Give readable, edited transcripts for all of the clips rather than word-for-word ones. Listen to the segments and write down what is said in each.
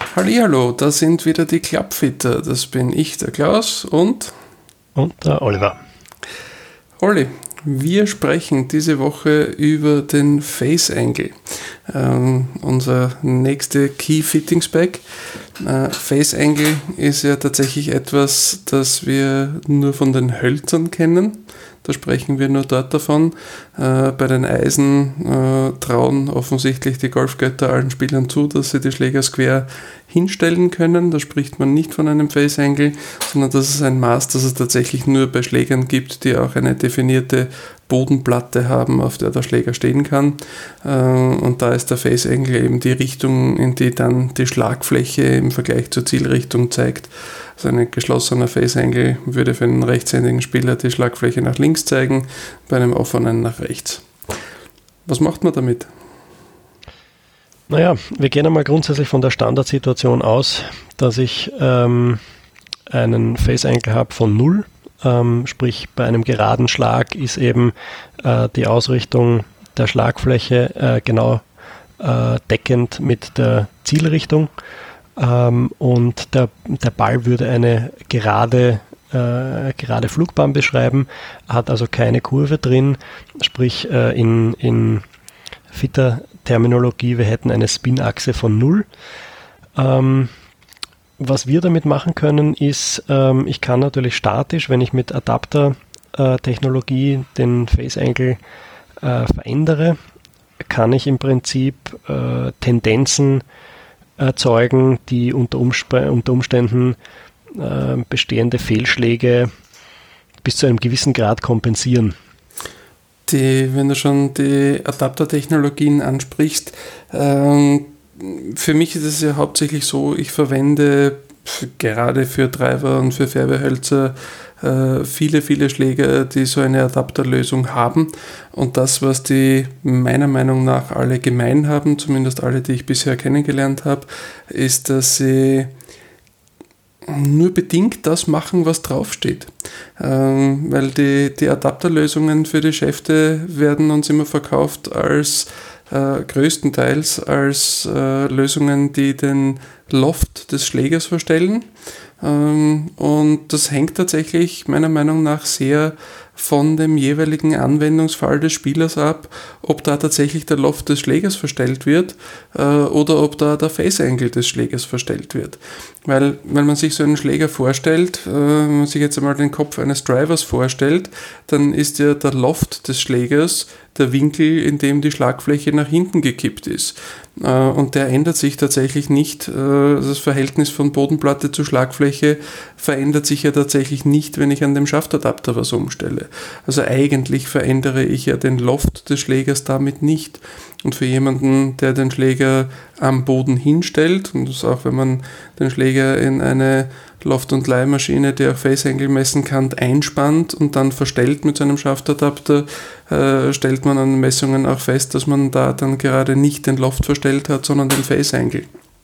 Hallihallo, da sind wieder die Clubfitter. Das bin ich, der Klaus und der Oliver. Olli, wir sprechen diese Woche über den Face Angle. Unser nächste Key Fitting Spec. Face Angle ist ja tatsächlich etwas, das wir nur von den Hölzern kennen. Da sprechen wir nur dort davon. Bei den Eisen trauen offensichtlich die Golfgötter allen Spielern zu, dass sie die Schläger square hinstellen können. Da spricht man nicht von einem Face Angle, sondern das ist ein Maß, das es tatsächlich nur bei Schlägern gibt, die auch eine definierte Bodenplatte haben, auf der der Schläger stehen kann. Und da ist der Face Angle eben die Richtung, in die dann die Schlagfläche im Vergleich zur Zielrichtung zeigt. Also ein geschlossener Face Angle würde für einen rechtshändigen Spieler die Schlagfläche nach links zeigen, bei einem offenen nach rechts. Was macht man damit? Naja, wir gehen einmal grundsätzlich von der Standardsituation aus, dass ich einen Face Angle habe von 0. Sprich, bei einem geraden Schlag ist eben die Ausrichtung der Schlagfläche genau deckend mit der Zielrichtung. Und der Ball würde eine gerade Flugbahn beschreiben, hat also keine Kurve drin, sprich in Fitter-Terminologie, wir hätten eine Spin-Achse von 0. Was wir damit machen können, ist, ich kann natürlich statisch, wenn ich mit Adapter-Technologie den Face Angle verändere, kann ich im Prinzip Tendenzen erzeugen, die unter Umständen bestehende Fehlschläge bis zu einem gewissen Grad kompensieren. Wenn du schon die Adaptertechnologien ansprichst, für mich ist es ja hauptsächlich so, ich verwende gerade für Driver und für Färbehölzer viele Schläger, die so eine Adapterlösung haben. Und das, was die meiner Meinung nach alle gemein haben, zumindest alle, die ich bisher kennengelernt habe, ist, dass sie nur bedingt das machen, was draufsteht. Weil die Adapterlösungen für die Schäfte werden uns immer verkauft als größtenteils als Lösungen, die den Loft des Schlägers verstellen. Und das hängt tatsächlich meiner Meinung nach sehr von dem jeweiligen Anwendungsfall des Spielers ab, ob da tatsächlich der Loft des Schlägers verstellt wird oder ob da der Face Angle des Schlägers verstellt wird. Weil man sich so einen Schläger vorstellt, wenn man sich jetzt einmal den Kopf eines Drivers vorstellt, dann ist ja der Loft des Schlägers der Winkel, in dem die Schlagfläche nach hinten gekippt ist. Und der ändert sich tatsächlich nicht. Das Verhältnis von Bodenplatte zu Schlagfläche verändert sich ja tatsächlich nicht, wenn ich an dem Schaftadapter was umstelle. Also eigentlich verändere ich ja den Loft des Schlägers damit nicht. Und für jemanden, der den Schläger am Boden hinstellt, und das auch wenn man den Schläger in eine Loft- und Leihmaschine, die auch Face Angle messen kann, einspannt und dann verstellt mit so einem Schaftadapter, stellt man an Messungen auch fest, dass man da dann gerade nicht den Loft verstellt hat, sondern den Face Angle.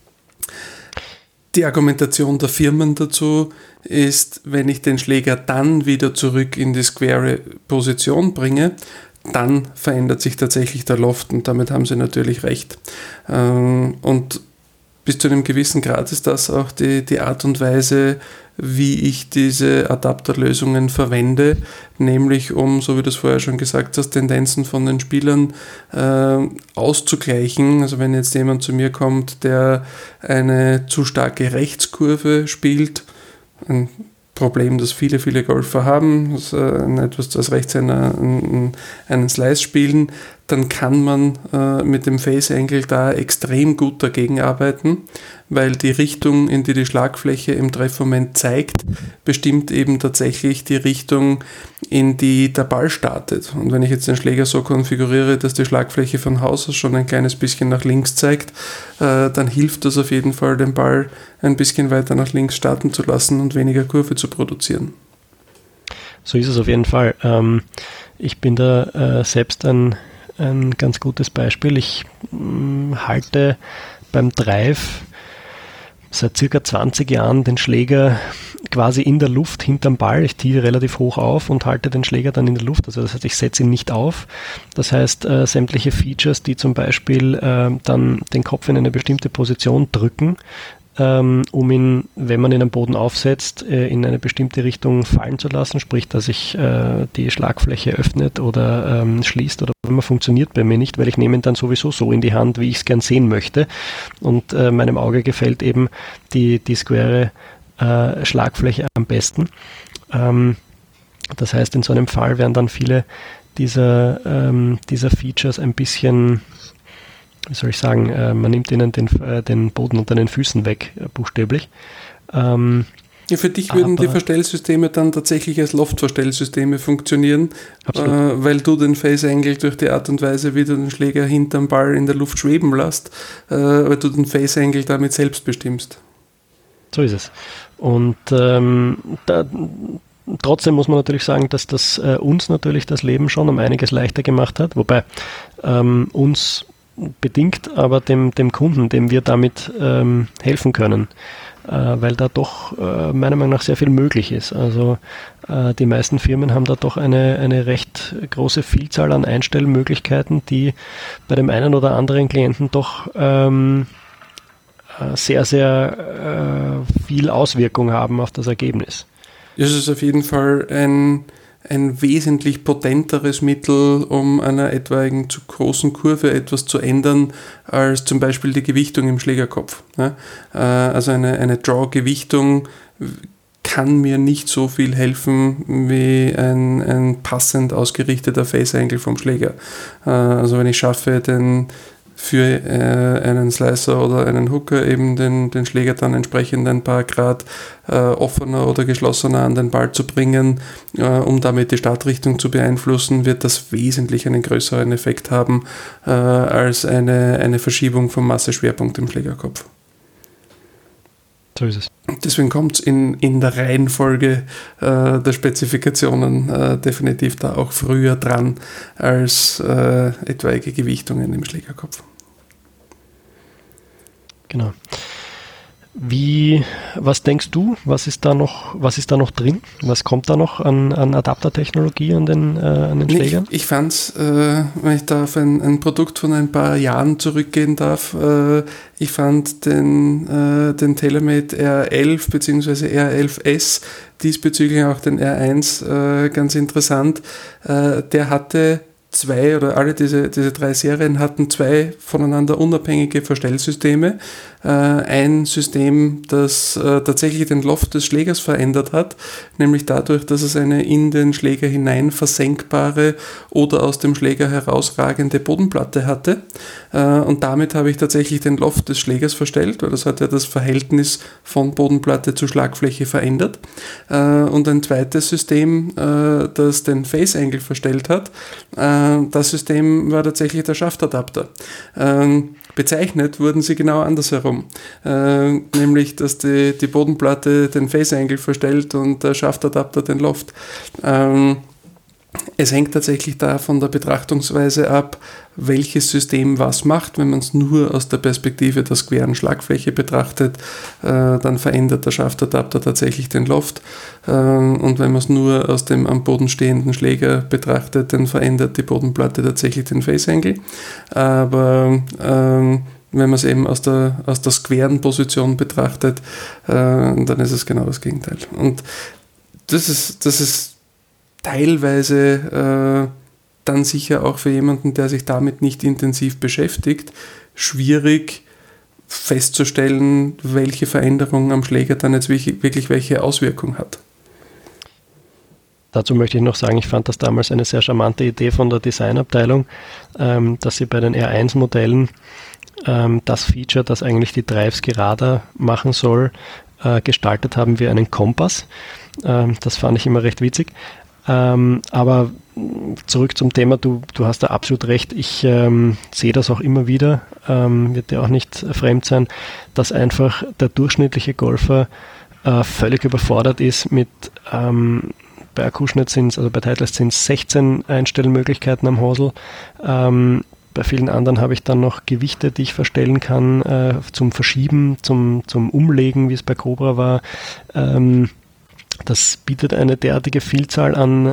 Die Argumentation der Firmen dazu ist, wenn ich den Schläger dann wieder zurück in die square Position bringe, dann verändert sich tatsächlich der Loft und damit haben sie natürlich recht. Und bis zu einem gewissen Grad ist das auch die Art und Weise, wie ich diese Adapterlösungen verwende, nämlich um, so wie du es vorher schon gesagt hast, Tendenzen von den Spielern auszugleichen. Also wenn jetzt jemand zu mir kommt, der eine zu starke Rechtskurve spielt, ein Problem, das viele Golfer haben, das etwas als Rechtshänder einen Slice spielen, dann kann man mit dem Face Angle da extrem gut dagegen arbeiten, weil die Richtung, in die die Schlagfläche im Treffmoment zeigt, bestimmt eben tatsächlich die Richtung, in die der Ball startet. Und wenn ich jetzt den Schläger so konfiguriere, dass die Schlagfläche von Haus aus schon ein kleines bisschen nach links zeigt, dann hilft das auf jeden Fall, den Ball ein bisschen weiter nach links starten zu lassen und weniger Kurve zu produzieren. So ist es auf jeden Fall. Ich bin da selbst ein ganz gutes Beispiel. Ich halte beim Drive seit circa 20 Jahren den Schläger quasi in der Luft hinterm Ball. Ich ziehe relativ hoch auf und halte den Schläger dann in der Luft. Also das heißt, ich setze ihn nicht auf. Das heißt, sämtliche Features, die zum Beispiel dann den Kopf in eine bestimmte Position drücken, um ihn, wenn man ihn am Boden aufsetzt, in eine bestimmte Richtung fallen zu lassen, sprich, dass sich die Schlagfläche öffnet oder schließt oder immer funktioniert bei mir nicht, weil ich nehme ihn dann sowieso so in die Hand, wie ich es gern sehen möchte. Und meinem Auge gefällt eben die square Schlagfläche am besten. Das heißt, in so einem Fall werden dann viele dieser Features ein bisschen, wie soll ich sagen, man nimmt ihnen den Boden unter den Füßen weg, buchstäblich. Ja, für dich würden die Verstellsysteme dann tatsächlich als Loft-Verstellsysteme funktionieren, weil du den Phase Angle durch die Art und Weise, wie du den Schläger hinterm Ball in der Luft schweben lässt, weil du den Phase Angle damit selbst bestimmst. So ist es. Und trotzdem muss man natürlich sagen, dass das uns natürlich das Leben schon um einiges leichter gemacht hat, wobei uns bedingt, aber dem Kunden, dem wir damit helfen können, weil da doch meiner Meinung nach sehr viel möglich ist. Also die meisten Firmen haben da doch eine recht große Vielzahl an Einstellmöglichkeiten, die bei dem einen oder anderen Klienten doch sehr, sehr viel Auswirkung haben auf das Ergebnis. Das ist auf jeden Fall ein wesentlich potenteres Mittel, um einer etwaigen zu großen Kurve etwas zu ändern, als zum Beispiel die Gewichtung im Schlägerkopf. Also eine Draw-Gewichtung kann mir nicht so viel helfen wie ein passend ausgerichteter Face-Angle vom Schläger. Also wenn ich schaffe, für einen Slicer oder einen Hooker eben den Schläger dann entsprechend ein paar Grad offener oder geschlossener an den Ball zu bringen, um damit die Startrichtung zu beeinflussen, wird das wesentlich einen größeren Effekt haben als eine Verschiebung vom Masseschwerpunkt im Schlägerkopf. So ist es. Deswegen kommt es in der Reihenfolge der Spezifikationen definitiv da auch früher dran als etwaige Gewichtungen im Schlägerkopf. Genau. Was denkst du, was ist da noch drin? Was kommt da noch an Adaptertechnologie an den Schlägern? Ich fand es, wenn ich da auf ein Produkt von ein paar Jahren zurückgehen darf, ich fand den TaylorMade R11 bzw. R11S, diesbezüglich auch den R1 ganz interessant. Der hatte zwei oder alle diese drei Serien hatten zwei voneinander unabhängige Verstellsysteme. Ein System, das tatsächlich den Loft des Schlägers verändert hat, nämlich dadurch, dass es eine in den Schläger hinein versenkbare oder aus dem Schläger herausragende Bodenplatte hatte. Und damit habe ich tatsächlich den Loft des Schlägers verstellt, weil das hat ja das Verhältnis von Bodenplatte zu Schlagfläche verändert. Und ein zweites System, das den Phase Angle verstellt hat, das System war tatsächlich der Schaftadapter. Bezeichnet wurden sie genau andersherum, nämlich dass die Bodenplatte den Phase Angle verstellt und der Schaftadapter den Loft. Es hängt tatsächlich da von der Betrachtungsweise ab, welches System was macht. Wenn man es nur aus der Perspektive der squaren Schlagfläche betrachtet, dann verändert der Schaftadapter tatsächlich den Loft. Und wenn man es nur aus dem am Boden stehenden Schläger betrachtet, dann verändert die Bodenplatte tatsächlich den Phase Angle. Aber wenn man es eben aus der squaren Position betrachtet, dann ist es genau das Gegenteil. Und das ist teilweise dann sicher auch für jemanden, der sich damit nicht intensiv beschäftigt, schwierig festzustellen, welche Veränderung am Schläger dann jetzt wirklich welche Auswirkung hat. Dazu möchte ich noch sagen, ich fand das damals eine sehr charmante Idee von der Designabteilung, dass sie bei den R1-Modellen das Feature, das eigentlich die Drives gerader machen soll, gestaltet haben wie einen Kompass. Das fand ich immer recht witzig. Aber zurück zum Thema, du hast da absolut recht, ich sehe das auch immer wieder, wird dir auch nicht fremd sein, dass einfach der durchschnittliche Golfer völlig überfordert ist mit, bei Acushnet also bei Titleist sind es 16 Einstellmöglichkeiten am Hosel, bei vielen anderen habe ich dann noch Gewichte, die ich verstellen kann, zum Verschieben, zum Umlegen, wie es bei Cobra war. Das bietet eine derartige Vielzahl an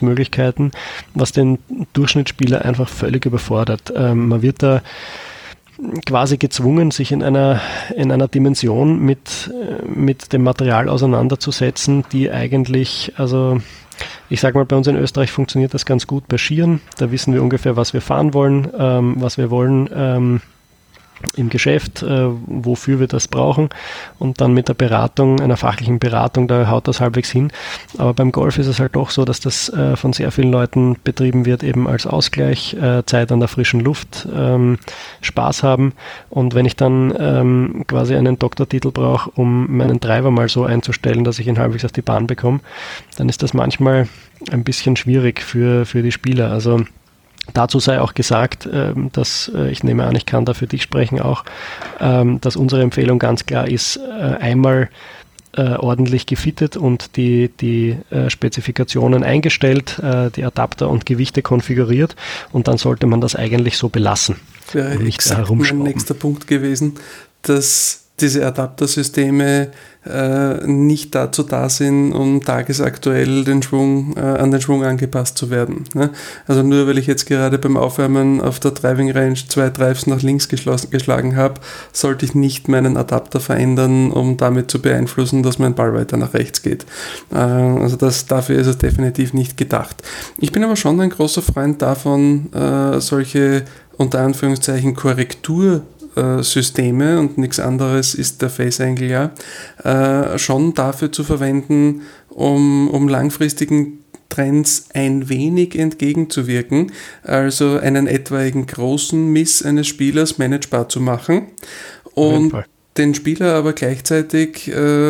Abstimmungsmöglichkeiten, was den Durchschnittsspieler einfach völlig überfordert. Man wird da quasi gezwungen, sich in einer Dimension mit dem Material auseinanderzusetzen, die eigentlich, also ich sage mal, bei uns in Österreich funktioniert das ganz gut bei Skiern. Da wissen wir ungefähr, was wir fahren wollen, was wir wollen im Geschäft, wofür wir das brauchen, und dann mit der Beratung, einer fachlichen Beratung, da haut das halbwegs hin. Aber beim Golf ist es halt doch so, dass das von sehr vielen Leuten betrieben wird, eben als Ausgleich, Zeit an der frischen Luft, Spaß haben. Und wenn ich dann quasi einen Doktortitel brauche, um meinen Driver mal so einzustellen, dass ich ihn halbwegs auf die Bahn bekomme, dann ist das manchmal ein bisschen schwierig für die Spieler. Also dazu sei auch gesagt, dass ich nehme an, ich kann da für dich sprechen auch, dass unsere Empfehlung ganz klar ist, einmal ordentlich gefittet und die Spezifikationen eingestellt, die Adapter und Gewichte konfiguriert, und dann sollte man das eigentlich so belassen. Wäre exakt mein nächster Punkt gewesen, dass diese Adaptersysteme nicht dazu da sind, um tagesaktuell an den Schwung angepasst zu werden. Ne? Also nur weil ich jetzt gerade beim Aufwärmen auf der Driving Range 2 Drives nach links geschlagen habe, sollte ich nicht meinen Adapter verändern, um damit zu beeinflussen, dass mein Ball weiter nach rechts geht. Also dafür ist es definitiv nicht gedacht. Ich bin aber schon ein großer Freund davon, solche unter Anführungszeichen Korrektursysteme, und nichts anderes ist der Face Angle schon dafür zu verwenden, um langfristigen Trends ein wenig entgegenzuwirken, also einen etwaigen großen Miss eines Spielers managebar zu machen und den Spieler aber gleichzeitig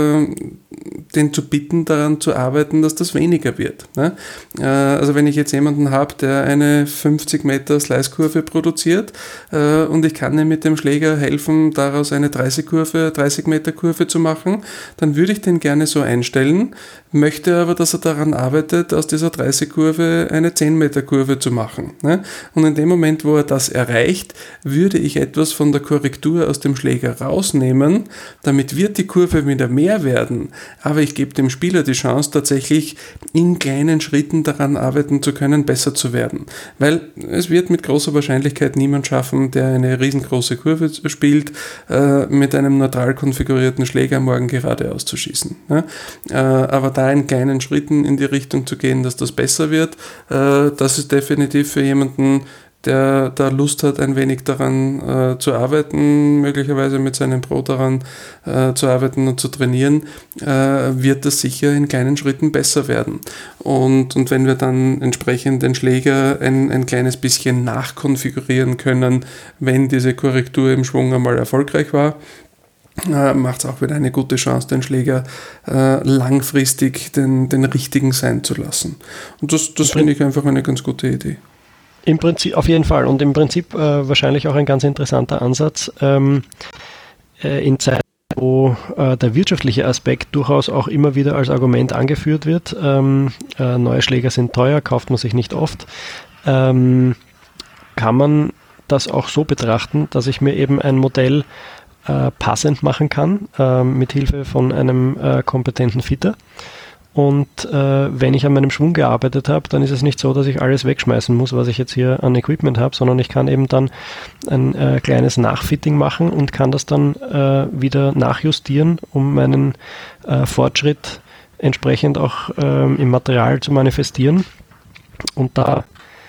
den zu bitten, daran zu arbeiten, dass das weniger wird. Ne? Also wenn ich jetzt jemanden habe, der eine 50 Meter Slice-Kurve produziert und ich kann ihm mit dem Schläger helfen, daraus eine 30 Meter Kurve zu machen, dann würde ich den gerne so einstellen, möchte aber, dass er daran arbeitet, aus dieser 30 Kurve eine 10 Meter Kurve zu machen. Ne? Und in dem Moment, wo er das erreicht, würde ich etwas von der Korrektur aus dem Schläger rausnehmen, damit wird die Kurve wieder mehr werden, aber ich gebe dem Spieler die Chance, tatsächlich in kleinen Schritten daran arbeiten zu können, besser zu werden. Weil es wird mit großer Wahrscheinlichkeit niemand schaffen, der eine riesengroße Kurve spielt, mit einem neutral konfigurierten Schläger morgen geradeaus zu schießen. Ne? Aber da in kleinen Schritten in die Richtung zu gehen, dass das besser wird, das ist definitiv für jemanden, der da Lust hat, ein wenig daran zu arbeiten, möglicherweise mit seinem Pro daran zu arbeiten und zu trainieren, wird das sicher in kleinen Schritten besser werden. Und wenn wir dann entsprechend den Schläger ein kleines bisschen nachkonfigurieren können, wenn diese Korrektur im Schwung einmal erfolgreich war, macht es auch wieder eine gute Chance, den Schläger langfristig den richtigen sein zu lassen. Und das finde ich einfach eine ganz gute Idee. Im Prinzip, auf jeden Fall. Und im Prinzip wahrscheinlich auch ein ganz interessanter Ansatz in Zeiten, wo der wirtschaftliche Aspekt durchaus auch immer wieder als Argument angeführt wird. Neue Schläger sind teuer, kauft man sich nicht oft. Kann man das auch so betrachten, dass ich mir eben ein Modell passend machen kann, mit Hilfe von einem kompetenten Fitter. Und wenn ich an meinem Schwung gearbeitet habe, dann ist es nicht so, dass ich alles wegschmeißen muss, was ich jetzt hier an Equipment habe, sondern ich kann eben dann ein kleines Nachfitting machen und kann das dann wieder nachjustieren, um meinen Fortschritt entsprechend auch im Material zu manifestieren und da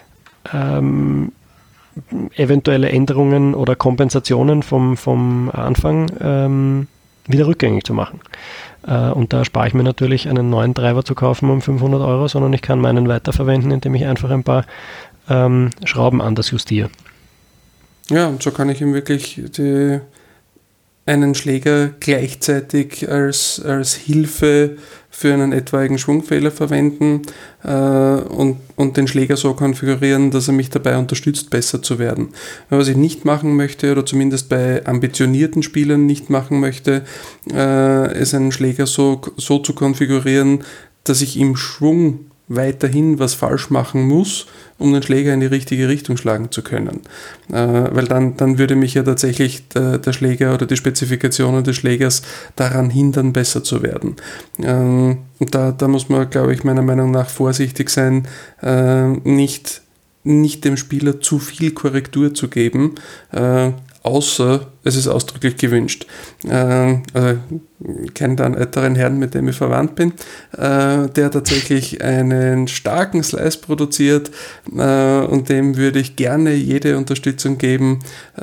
eventuelle Änderungen oder Kompensationen vom Anfang wieder rückgängig zu machen. Und da spare ich mir natürlich, einen neuen Driver zu kaufen um 500 €, sondern ich kann meinen weiterverwenden, indem ich einfach ein paar Schrauben anders justiere. Ja, und so kann ich ihm wirklich einen Schläger gleichzeitig als Hilfe für einen etwaigen Schwungfehler verwenden und den Schläger so konfigurieren, dass er mich dabei unterstützt, besser zu werden. Was ich nicht machen möchte, oder zumindest bei ambitionierten Spielern nicht machen möchte, ist einen Schläger so zu konfigurieren, dass ich im Schwung weiterhin was falsch machen muss, um den Schläger in die richtige Richtung schlagen zu können. Weil dann würde mich ja tatsächlich der Schläger oder die Spezifikationen des Schlägers daran hindern, besser zu werden. Und da muss man, glaube ich, meiner Meinung nach vorsichtig sein, nicht dem Spieler zu viel Korrektur zu geben, außer es ist ausdrücklich gewünscht. Also ich kenne da einen älteren Herrn, mit dem ich verwandt bin, der tatsächlich einen starken Slice produziert, und dem würde ich gerne jede Unterstützung geben,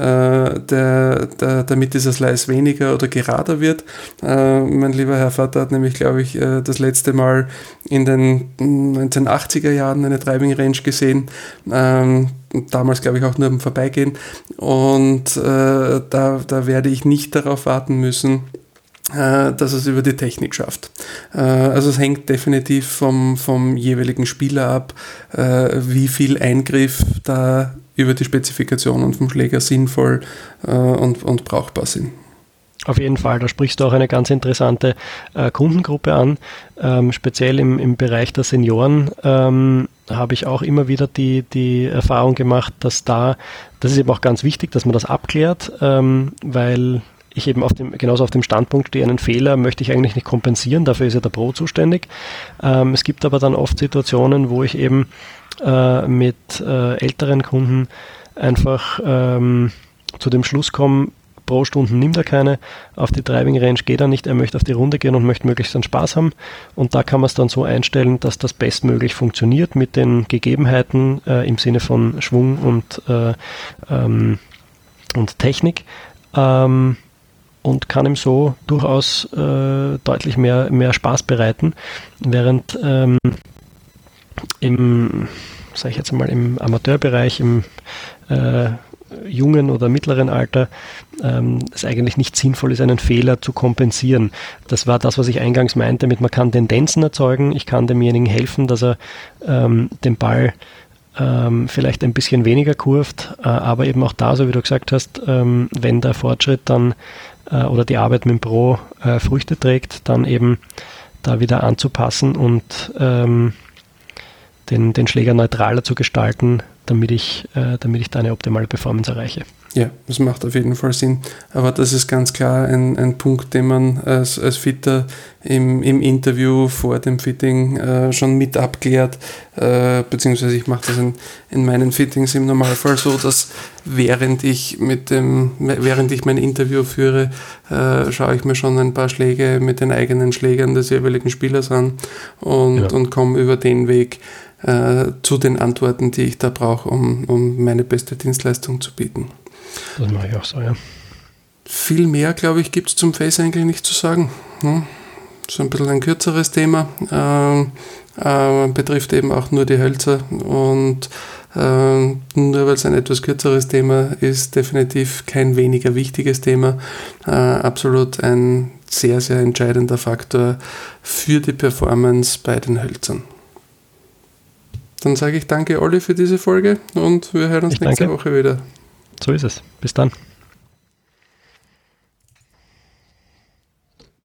damit dieser Slice weniger oder gerader wird. Mein lieber Herr Vater hat nämlich, glaube ich, das letzte Mal in den 1980er Jahren eine Driving Range gesehen, damals glaube ich auch nur beim Vorbeigehen, und da werde ich nicht darauf warten müssen, dass es über die Technik schafft. Also es hängt definitiv vom jeweiligen Spieler ab, wie viel Eingriff da über die Spezifikationen vom Schläger sinnvoll und brauchbar sind. Auf jeden Fall, da sprichst du auch eine ganz interessante Kundengruppe an. Speziell im Bereich der Senioren habe ich auch immer wieder die Erfahrung gemacht, das ist eben auch ganz wichtig, dass man das abklärt, weil ich eben genauso auf dem Standpunkt stehe, einen Fehler möchte ich eigentlich nicht kompensieren, dafür ist ja der Pro zuständig. Es gibt aber dann oft Situationen, wo ich eben mit älteren Kunden einfach zu dem Schluss komme, Pro-Stunden nimmt er keine, auf die Driving Range geht er nicht, er möchte auf die Runde gehen und möchte möglichst einen Spaß haben, und da kann man es dann so einstellen, dass das bestmöglich funktioniert mit den Gegebenheiten im Sinne von Schwung und Technik, und kann ihm so durchaus deutlich mehr Spaß bereiten, während im Amateurbereich, im jungen oder mittleren Alter es eigentlich nicht sinnvoll ist, einen Fehler zu kompensieren. Das war das, was ich eingangs meinte, mit man kann Tendenzen erzeugen, ich kann demjenigen helfen, dass er den Ball vielleicht ein bisschen weniger kurvt, aber eben auch da, so wie du gesagt hast, wenn der Fortschritt dann oder die Arbeit mit dem Pro Früchte trägt, dann eben da wieder anzupassen und den Schläger neutraler zu gestalten, damit ich da eine optimale Performance erreiche. Ja, das macht auf jeden Fall Sinn. Aber das ist ganz klar ein Punkt, den man als Fitter im Interview vor dem Fitting schon mit abklärt. Beziehungsweise ich mache das in meinen Fittings im Normalfall so, dass während ich mein Interview führe, schaue ich mir schon ein paar Schläge mit den eigenen Schlägern des jeweiligen Spielers an und komme über den Weg zu den Antworten, die ich da brauche, um meine beste Dienstleistung zu bieten. Das mache ich auch so, ja. Viel mehr, glaube ich, gibt es zum Face eigentlich nicht zu sagen. So ein bisschen ein kürzeres Thema. Betrifft eben auch nur die Hölzer, und nur weil es ein etwas kürzeres Thema ist, definitiv kein weniger wichtiges Thema. Absolut ein sehr, sehr entscheidender Faktor für die Performance bei den Hölzern. Dann sage ich danke, Olli, für diese Folge, und wir hören uns nächste Woche wieder. So ist es. Bis dann.